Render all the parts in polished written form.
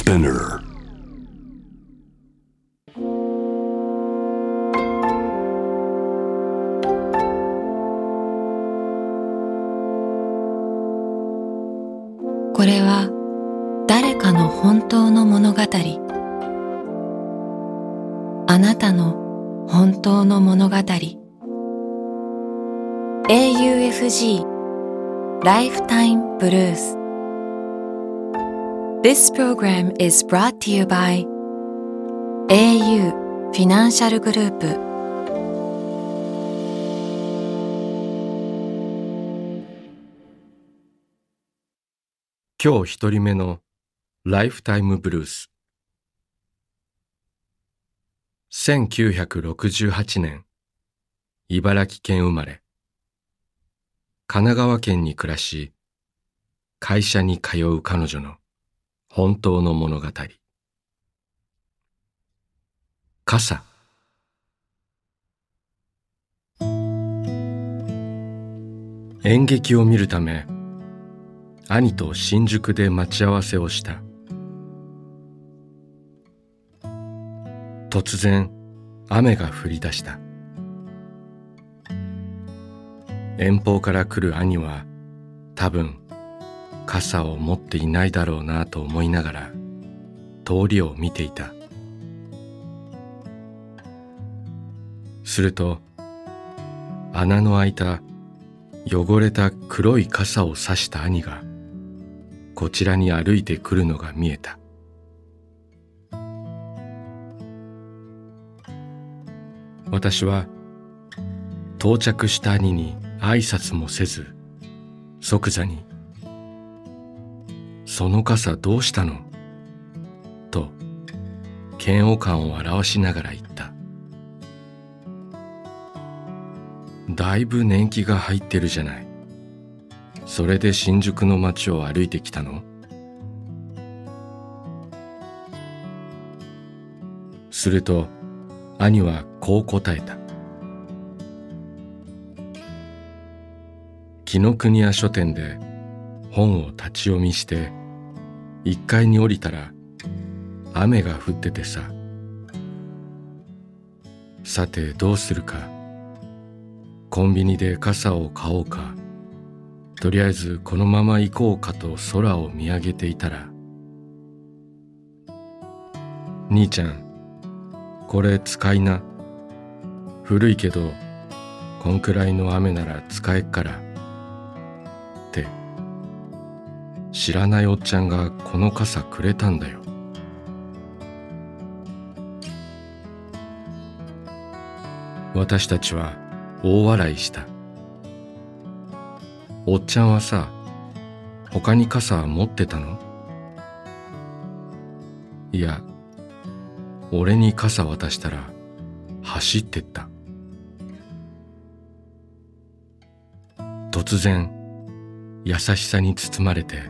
Spinner. これは誰かの本当の物語。あなたの本当の物語。AUFG Lifetime Blues. This program is brought to you by au フィナンシャルグループ。 今日一人目のライフタイムブルース。1968年、茨城県生まれ。神奈川県に暮らし、会社に通う彼女の本当の物語。傘。演劇を見るため、兄と新宿で待ち合わせをした。突然、雨が降り出した。遠方から来る兄は、多分、傘を持っていないだろうなと思いながら、通りを見ていた。すると、穴の開いた、汚れた黒い傘を差した兄が、こちらに歩いてくるのが見えた。私は到着した兄に挨拶もせず、即座に「その傘どうしたの？」と嫌悪感を表しながら言った。だいぶ年季が入ってるじゃない。それで新宿の街を歩いてきたの？すると兄はこう答えた。紀ノ国屋書店で本を立ち読みして1階に降りたら雨が降っててさ。さてどうするか。コンビニで傘を買おうか。とりあえずこのまま行こうかと空を見上げていたら、兄ちゃん、これ使いな。古いけど、こんくらいの雨なら使えっから。って、知らないおっちゃんがこの傘くれたんだよ。私たちは大笑いした。おっちゃんはさ、他に傘持ってたの？いや、俺に傘渡したら走ってった。突然、優しさに包まれて、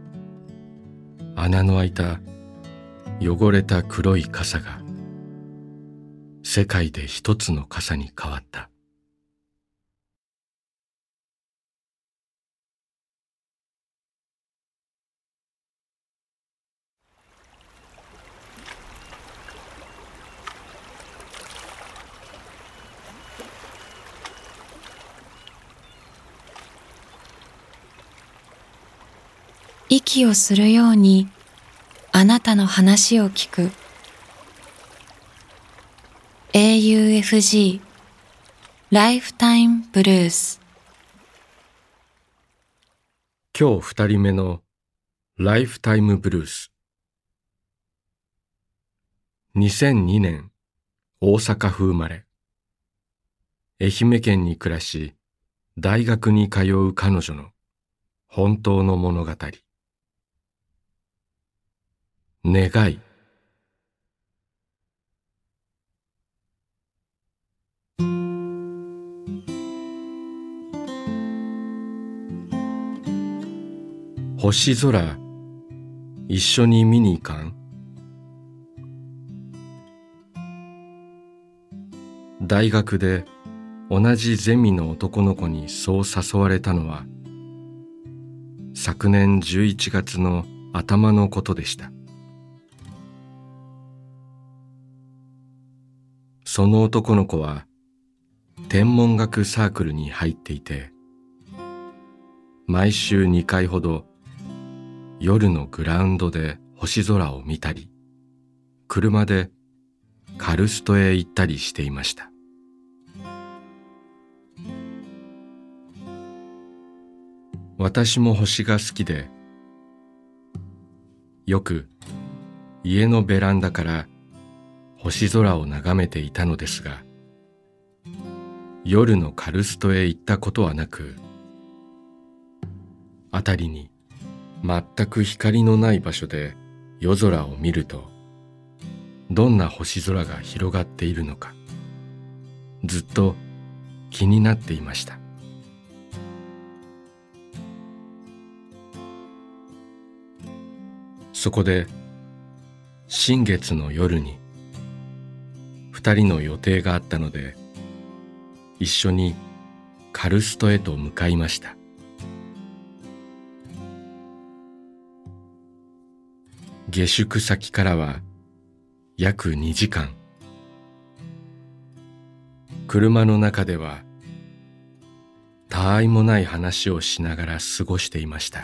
穴の開いた汚れた黒い傘が世界で一つの傘に変わった。 息をするようにあなたの話を聞く。AUFG Lifetime Blues。 今日二人目のライフタイムブルース。2002年大阪府生まれ。愛媛県に暮らし大学に通う彼女の本当の物語。願い。星空一緒に見に行かん？大学で同じゼミの男の子にそう誘われたのは昨年11月の頭のことでした。 その男の子は天文学サークルに入っていて、毎週2回ほど夜のグラウンドで星空を見たり、車でカルストへ行ったりしていました。私も星が好きで、よく家のベランダから星空を眺めていたのですが、夜のカルストへ行ったことはなく、辺りに全く光のない場所で夜空を見ると、どんな星空が広がっているのか、ずっと気になっていました。そこで新月の夜に二人の予定があったので、一緒にカルストへと向かいました。下宿先からは約2時間。車の中ではたあいもない話をしながら過ごしていました。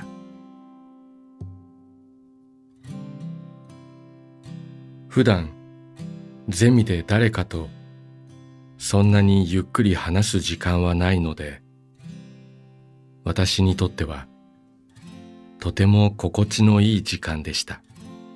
普段ゼミで誰かとそんなにゆっくり話す時間はないので、私にとってはとても心地のいい時間でした。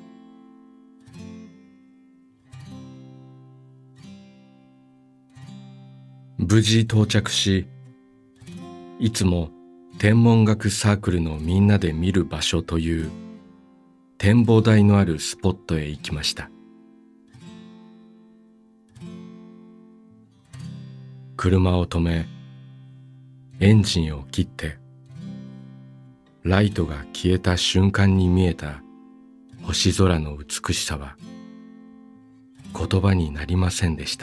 無事到着し、いつも天文学サークルのみんなで見る場所という展望台のあるスポットへ行きました。車を止め、エンジンを切って、ライトが消えた瞬間に見えた星空の美しさは言葉になりませんでした。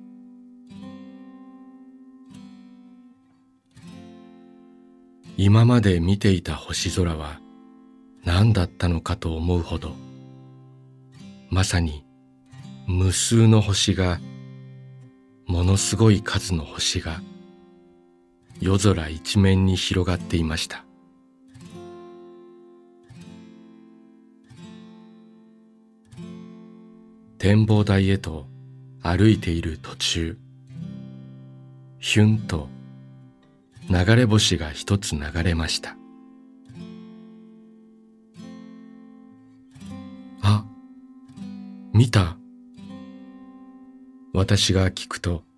今まで見ていた星空は何だったのかと思うほど、まさに無数の星が、ものすごい数の星が夜空一面に広がっていました。展望台へと歩いている途中、ひゅんと流れ星が一つ流れました。あ、見た？私が聞くと、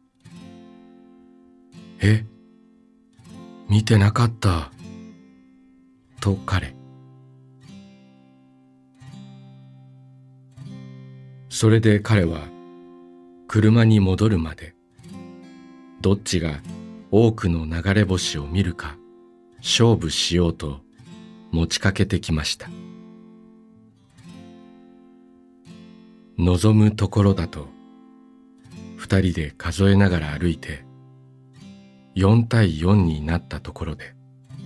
見てなかった、と彼。それで彼は車に戻るまで、どっちが多くの流れ星を見るか勝負しようと持ちかけてきました。望むところだと、二人で数えながら歩いて、4対4になったところで、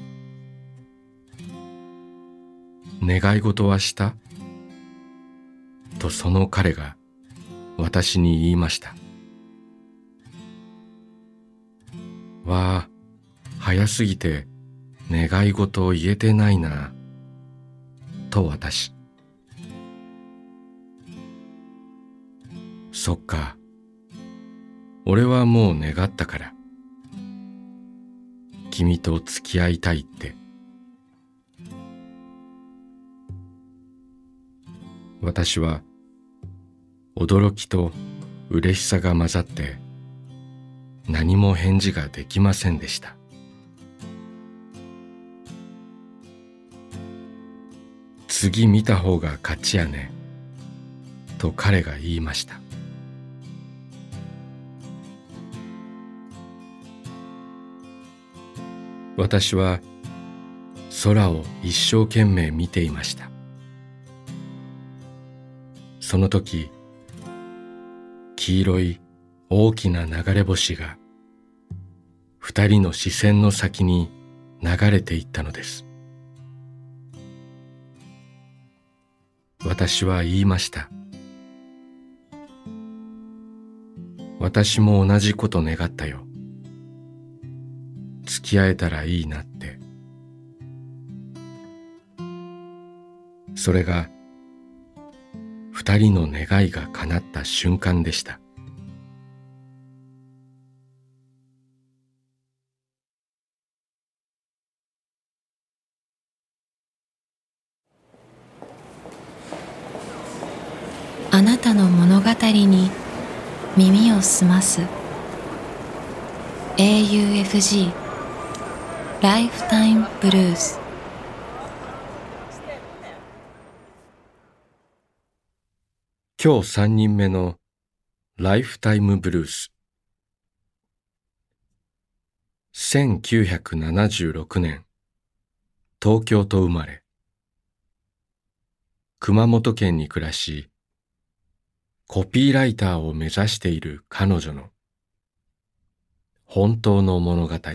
願い事はした？とその彼が私に言いました。わあ、早すぎて願い事を言えてないな、と私。そっか、俺はもう願ったから、君と付き合いたいって。私は驚きと嬉しさが混ざって何も返事ができませんでした。次見た方が勝ちやね、と彼が言いました。私は空を一生懸命見ていました。その時、黄色い大きな流れ星が二人の視線の先に流れていったのです。私は言いました。 私も同じこと願ったよ。付き合えたらいいなって。それが二人の願いが叶った瞬間でした。 あなたの物語に耳を澄ます。 AUFG ライフタイムブルース。 今日3人目のライフタイムブルース。1976年、東京と生まれ、熊本県に暮らし、コピーライターを目指している彼女の本当の物語。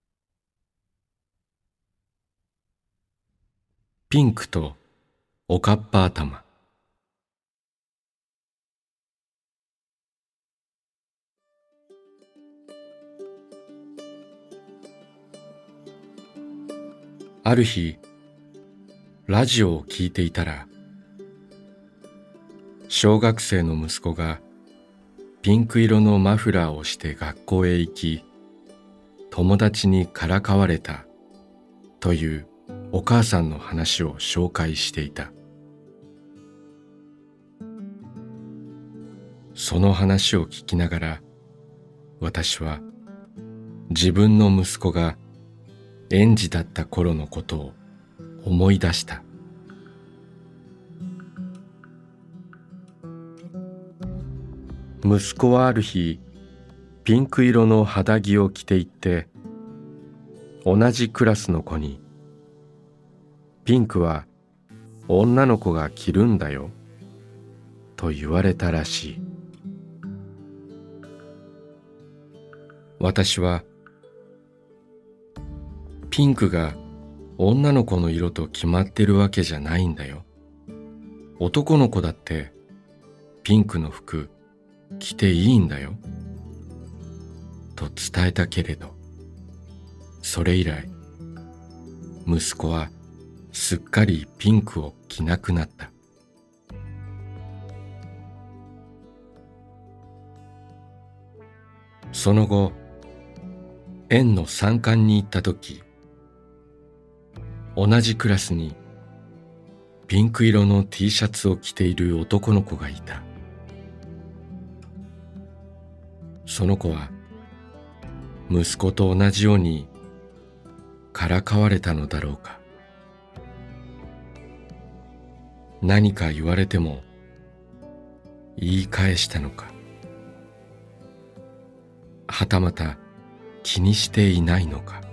ピンクとおかっぱ頭。ある日、ラジオを聞いていたら、小学生の息子がピンク色のマフラーをして学校へ行き、友達にからかわれたというお母さんの話を紹介していた。その話を聞きながら、私は自分の息子が園児だった頃のことを思い出した。息子はある日、ピンク色の肌着を着て行って、同じクラスの子に、ピンクは女の子が着るんだよ、と言われたらしい。私は、ピンクが女の子の色と決まってるわけじゃないんだよ。男の子だってピンクの服着ていいんだよ。と伝えたけれど、それ以来、息子はすっかりピンクを着なくなった。その後、園の参観に行ったとき、同じクラスにピンク色の T シャツを着ている男の子がいた。その子は息子と同じようにからかわれたのだろうか。何か言われても言い返したのか。はたまた気にしていないのか。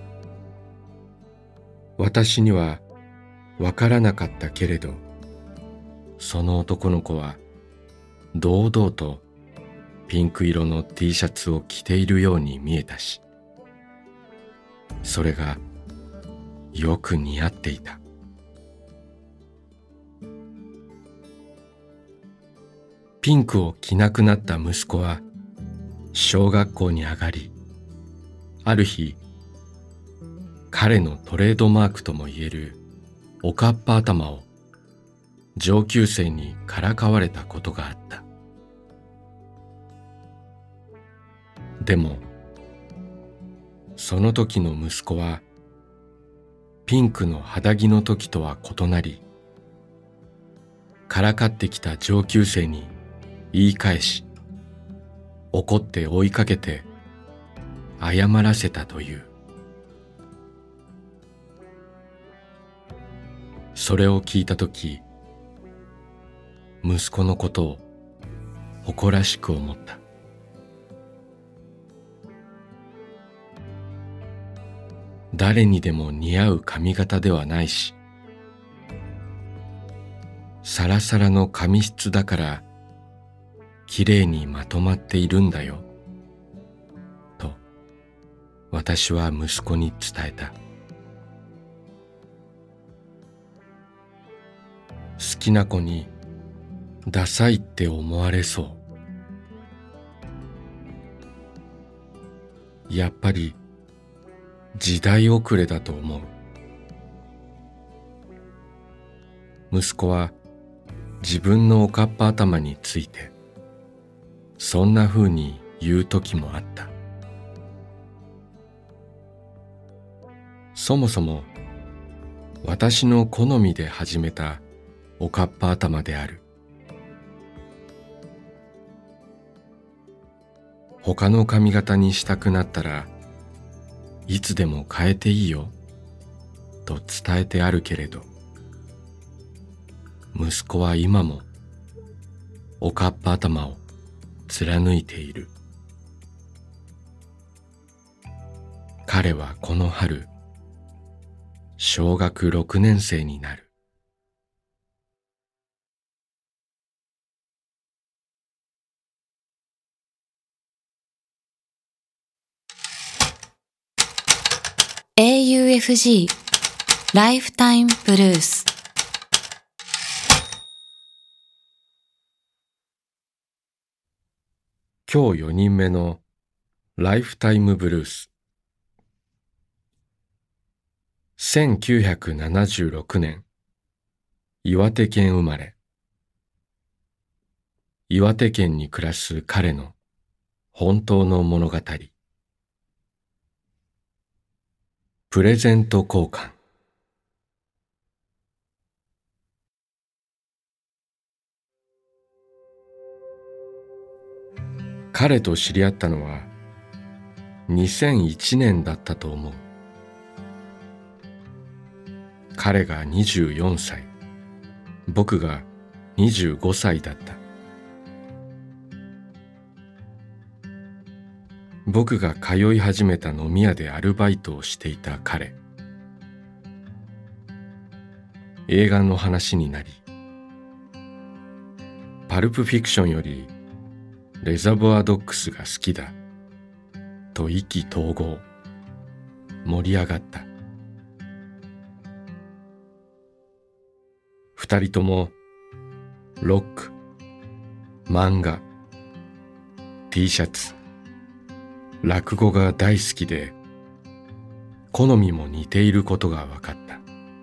私にはわからなかったけれど、その男の子は堂々とピンク色の T シャツを着ているように見えたし、それがよく似合っていた。ピンクを着なくなった息子は小学校に上がり、ある日、彼のトレードマークともいえるおかっぱ頭を上級生にからかわれたことがあった。でも、その時の息子はピンクの肌着の時とは異なり、からかってきた上級生に言い返し、怒って追いかけて謝らせたという。それを聞いたとき、息子のことを誇らしく思った。誰にでも似合う髪型ではないし、サラサラの髪質だからきれいにまとまっているんだよ、と私は息子に伝えた。好きな子にダサいって思われそう。 やっぱり時代遅れだと思う。息子は自分のおかっぱ頭についてそんな風に言う時もあった。そもそも私の好みで始めたおかっぱ頭である。他の髪型にしたくなったらいつでも変えていいよと伝えてあるけれど、息子は今もおかっぱ頭を貫いている。彼はこの春小学6年生になる。 AUFG ライフタイムブルース。 今日4人目のライフタイムブルース。1976年、岩手県生まれ。岩手県に暮らす彼の本当の物語。プレゼント交換。彼と知り合ったのは2001年だったと思う。彼が24歳、僕が25歳だった。僕が通い始めた飲み屋でアルバイトをしていた彼。映画の話になり、パルプフィクションよりレザボアドッグスが好きだと意気投合、盛り上がった。二人ともロック、漫画、T シャツ、落語が大好きで、好みも似ていることが分かった。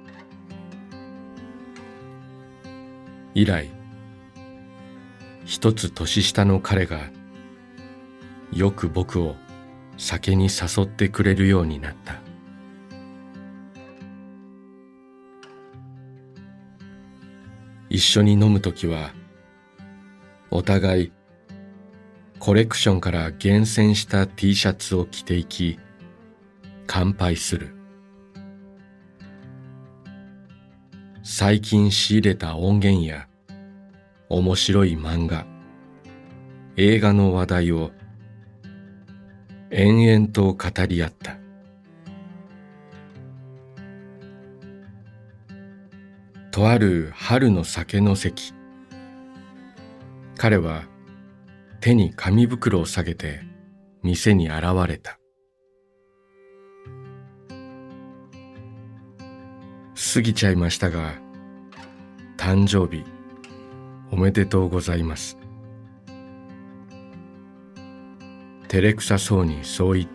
以来、一つ年下の彼がよく僕を酒に誘ってくれるようになった。一緒に飲むときはお互いコレクションから厳選した T シャツを着ていき乾杯する。最近仕入れた音源や面白い漫画、映画の話題を延々と語り合った。とある春の酒の席、彼は手に紙袋を下げて店に現れた。過ぎちゃいましたが、誕生日おめでとうございます。照れくさそうにそう言って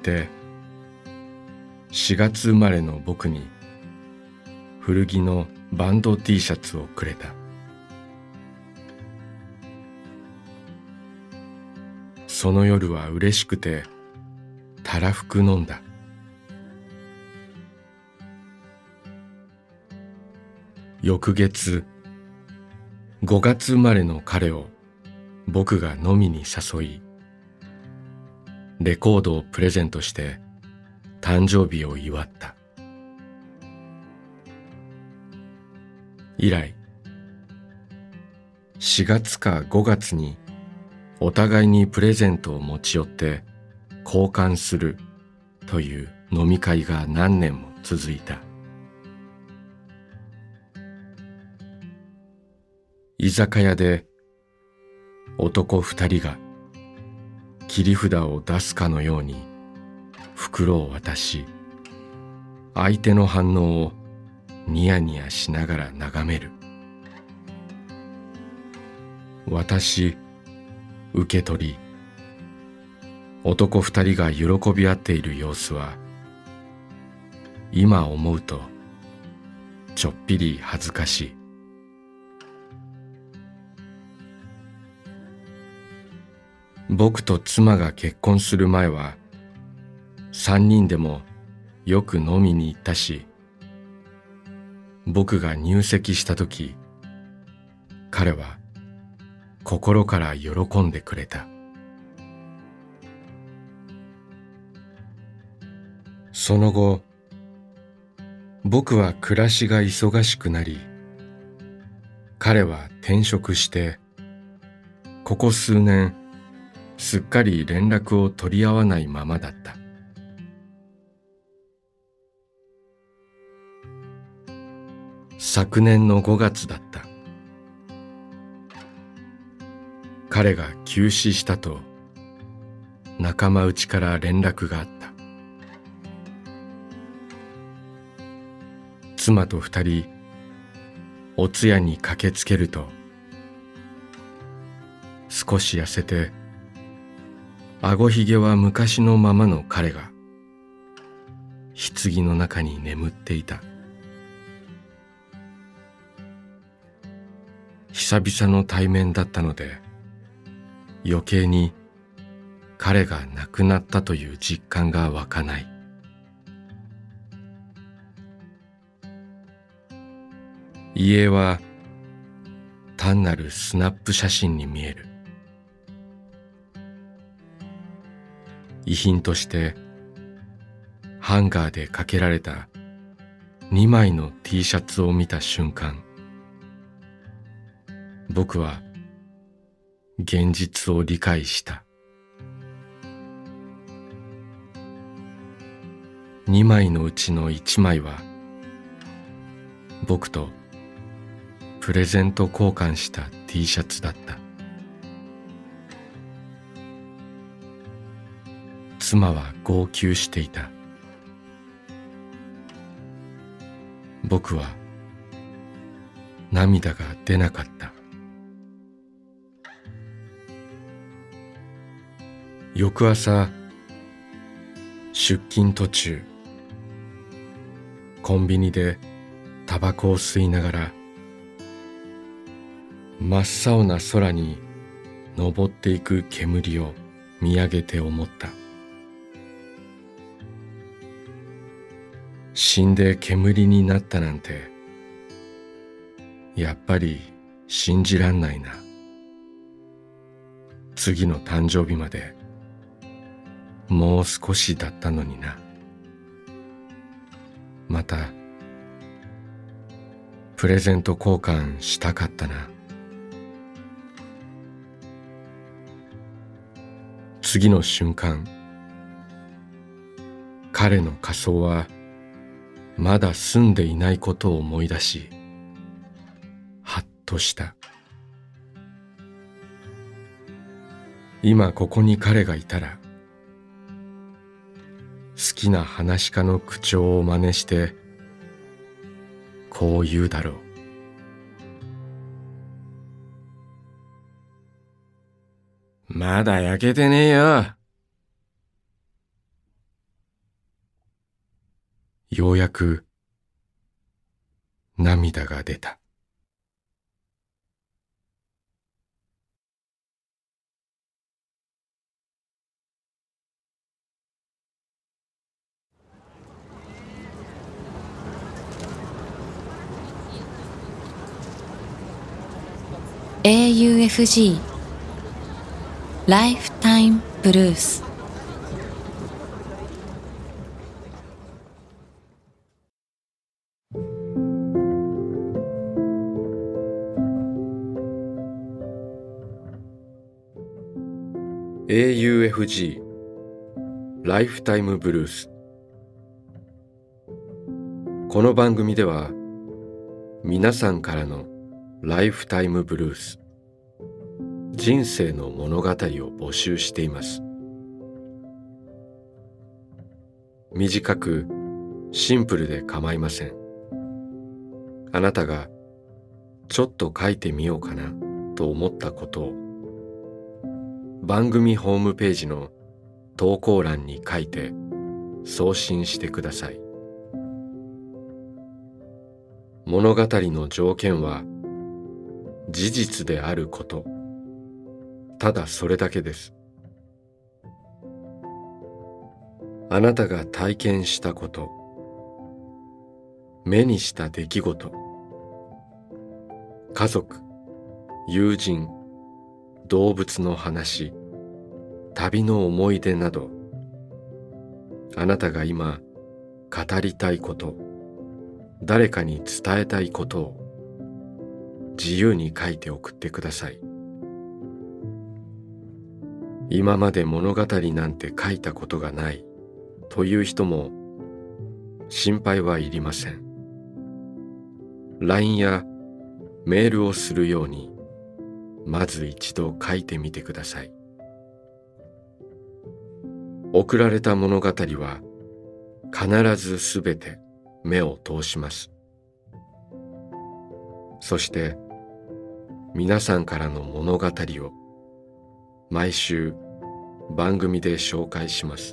、4月生まれの僕に古着のバンド T シャツをくれた。その夜は嬉しくてたらふく飲んだ。翌月、5月生まれの彼を僕が飲みに誘い、レコードをプレゼントして誕生日を祝った。以来、4月か5月にお互いにプレゼントを持ち寄って交換するという飲み会が何年も続いた。居酒屋で男2人が切り札を出すかのように袋を渡し、相手の反応をニヤニヤしながら眺める。私、受け取り、 男二人が喜び合っている様子は今思うとちょっぴり恥ずかしい。僕と妻が結婚する前は三人でもよく飲みに行ったし、僕が入籍した時彼は心から喜んでくれた。その後僕は暮らしが忙しくなり、彼は転職してここ数年すっかり連絡を取り合わないままだった。昨年の5月だった。彼が急死したと仲間内から連絡があった。妻と二人お通夜に駆けつけると、少し痩せてあごひげは昔のままの彼が棺の中に眠っていた。久々の対面だったので余計に彼が亡くなったという実感が湧かない。遺影は単なるスナップ写真に見える。遺品としてハンガーでかけられた2枚の T シャツを見た瞬間、僕は現実を理解した。2枚のうちの1枚は僕とプレゼント交換した T シャツだった。妻は号泣していた。僕は涙が出なかった。翌朝、出勤途中、コンビニでタバコを吸いながら真っ青な空に昇っていく煙を見上げて思った。死んで煙になったなんてやっぱり信じらんないな。次の誕生日までもう少しだったのにな。またプレゼント交換したかったな。次の瞬間、彼の火葬はまだ済んでいないことを思い出し、はっとした。今ここに彼がいたら、好きな噺家の口調を真似してこう言うだろう。まだ焼けてねえよ。ようやく涙が出た。 AUFG ライフタイムブルース。 AUFG ライフタイムブルース。この番組では皆さんからのライフタイムブルース、人生の物語を募集しています。短くシンプルで構いません。あなたがちょっと書いてみようかなと思ったことを番組ホームページの投稿欄に書いて送信してください。物語の条件は事実であること、ただそれだけです。あなたが体験したこと、目にした出来事、家族、友人、動物の話、旅の思い出など、あなたが今語りたいこと、誰かに伝えたいことを自由に書いて送ってください。今まで物語なんて書いたことがないという人も心配はいりません。LINE やメールをするようにまず一度書いてみてください。送られた物語は必ずすべて目を通します。そして皆さんからの物語を毎週番組で紹介します。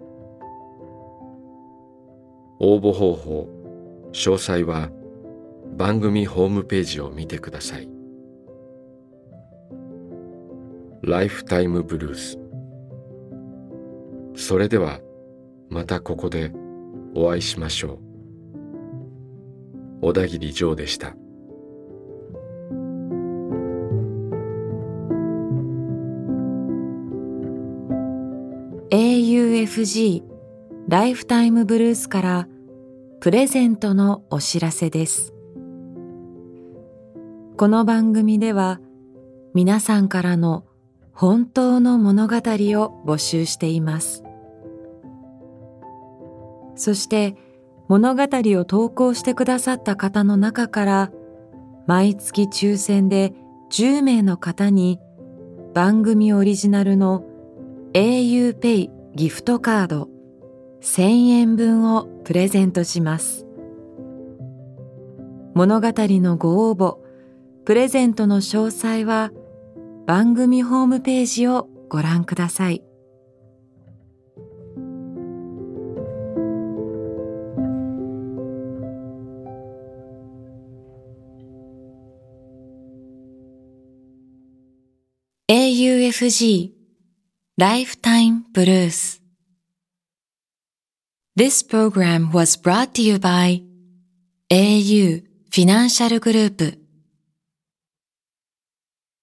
応募方法、詳細は番組ホームページを見てください。ライフタイムブルース。それではまたここでお会いしましょう。小田切ジョーでした。 AUFG ライフタイムブルースからプレゼントのお知らせです。この番組では皆さんからの本当の物語を募集しています。そして物語を投稿してくださった方の中から毎月抽選で10名の方に番組オリジナルの auPay ギフトカード1000円分をプレゼントします。物語のご応募、プレゼントの詳細は番組ホームページをご覧ください。AUFG Lifetime Blues. This program was brought to you by AU Financial Group.